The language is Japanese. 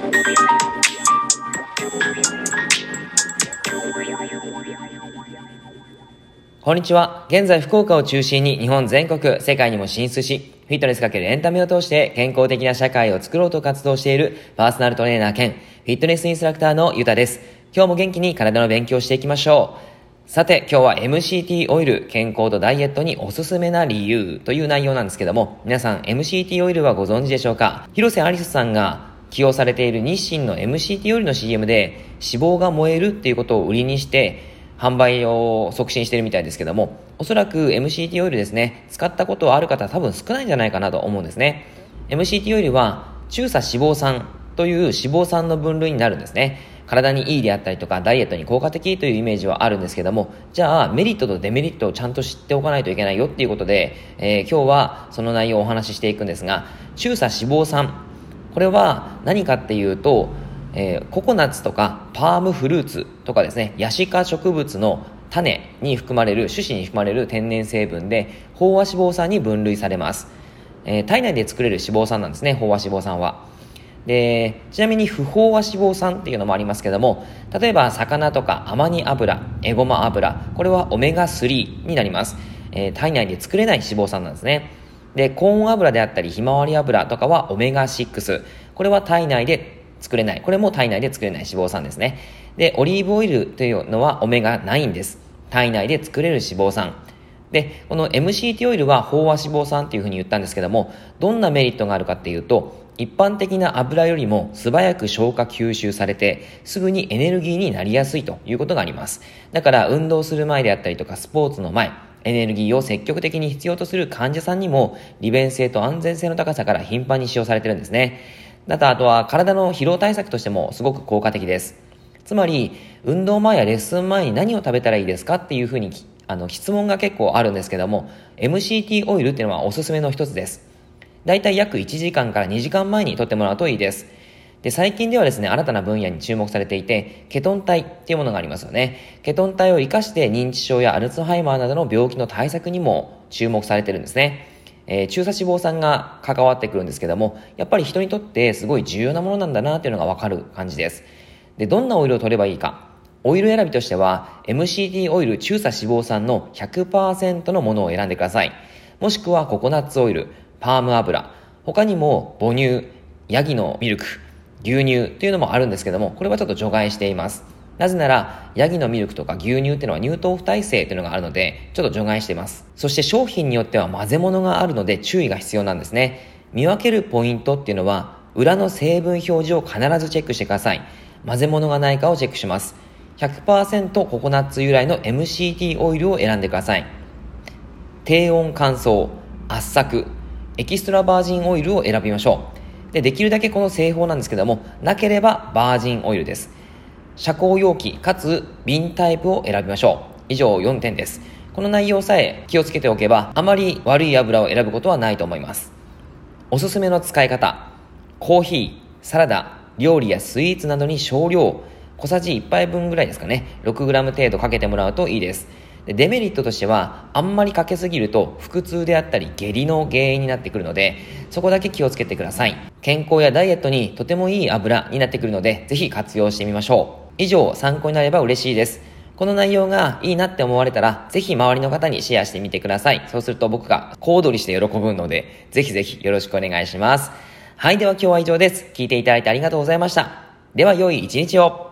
こんにちは。現在福岡を中心に日本全国、世界にも進出し、フィットネス×エンタメを通して健康的な社会を作ろうと活動しているパーソナルトレーナー兼フィットネスインストラクターのゆたです。今日も元気に体の勉強をしていきましょう。さて、今日は MCT オイル、健康とダイエットにおすすめな理由という内容なんですけども、皆さん MCT オイルはご存知でしょうか？広瀬アリスさんが起用されている日清の MCT オイルの CM で脂肪が燃えるっていうことを売りにして販売を促進しているみたいですけども、おそらく MCT オイルですね、使ったことある方多分少ないんじゃないかなと思うんですね。MCT オイルは中鎖脂肪酸という脂肪酸の分類になるんですね。体にいいであったりとかダイエットに効果的というイメージはあるんですけども、じゃあメリットとデメリットをちゃんと知っておかないといけないよっていうことで、今日はその内容をお話ししていくんですが、中鎖脂肪酸、これは何かっていうと、ココナッツとかパームフルーツとかですね、ヤシ科植物の種に含まれる、種子に含まれる天然成分で飽和脂肪酸に分類されます。体内で作れる脂肪酸なんですね、飽和脂肪酸は。で、ちなみに不飽和脂肪酸っていうのもありますけども、例えば魚とかアマニ油、エゴマ油、これはオメガ3になります。体内で作れない脂肪酸なんですね。で、コーン油であったりひまわり油とかはオメガ6、これは体内で作れない。これも体内で作れない脂肪酸ですね。で、オリーブオイルというのはオメガ9です。体内で作れる脂肪酸。で、この MCT オイルは飽和脂肪酸というふうに言ったんですけども、どんなメリットがあるかっていうと、一般的な油よりも素早く消化吸収されて、すぐにエネルギーになりやすいということがあります。だから運動する前であったりとかスポーツの前、エネルギーを積極的に必要とする患者さんにも利便性と安全性の高さから頻繁に使用されているんですね。あとは体の疲労対策としてもすごく効果的です。つまり運動前やレッスン前に何を食べたらいいですかっていうふうに質問が結構あるんですけども、 MCT オイルっていうのはおすすめの一つです。だいたい約1時間から2時間前に摂ってもらうといいです。で、最近ではですね、新たな分野に注目されていて、ケトン体っていうものがありますよね。ケトン体を生かして認知症やアルツハイマーなどの病気の対策にも注目されているんですね。中鎖脂肪酸が関わってくるんですけども、やっぱり人にとってすごい重要なものなんだなっていうのがわかる感じです。で、どんなオイルを取ればいいか。オイル選びとしては MCT オイル中鎖脂肪酸の 100% のものを選んでください。もしくはココナッツオイル、パーム油、他にも母乳、ヤギのミルク、牛乳というのもあるんですけども、これはちょっと除外しています。なぜならヤギのミルクとか牛乳っていうのは乳糖不耐性っていうのがあるのでちょっと除外しています。そして商品によっては混ぜ物があるので注意が必要なんですね。見分けるポイントっていうのは裏の成分表示を必ずチェックしてください。混ぜ物がないかをチェックします。 100% ココナッツ由来の MCT オイルを選んでください。低温乾燥、圧搾、エキストラバージンオイルを選びましょう。できるだけこの製法なんですけども、なければバージンオイルです。遮光容器かつ瓶タイプを選びましょう。以上4点です。この内容さえ気をつけておけばあまり悪い油を選ぶことはないと思います。おすすめの使い方、コーヒー、サラダ、料理やスイーツなどに少量、小さじ1杯分ぐらいですかね、6g 程度かけてもらうといいです。デメリットとしてはあんまりかけすぎると腹痛であったり下痢の原因になってくるので、そこだけ気をつけてください。健康やダイエットにとてもいい油になってくるのでぜひ活用してみましょう。以上、参考になれば嬉しいです。この内容がいいなって思われたらぜひ周りの方にシェアしてみてください。そうすると僕が小躍りして喜ぶのでぜひぜひよろしくお願いします。はい、では今日は以上です。聞いていただいてありがとうございました。では良い一日を。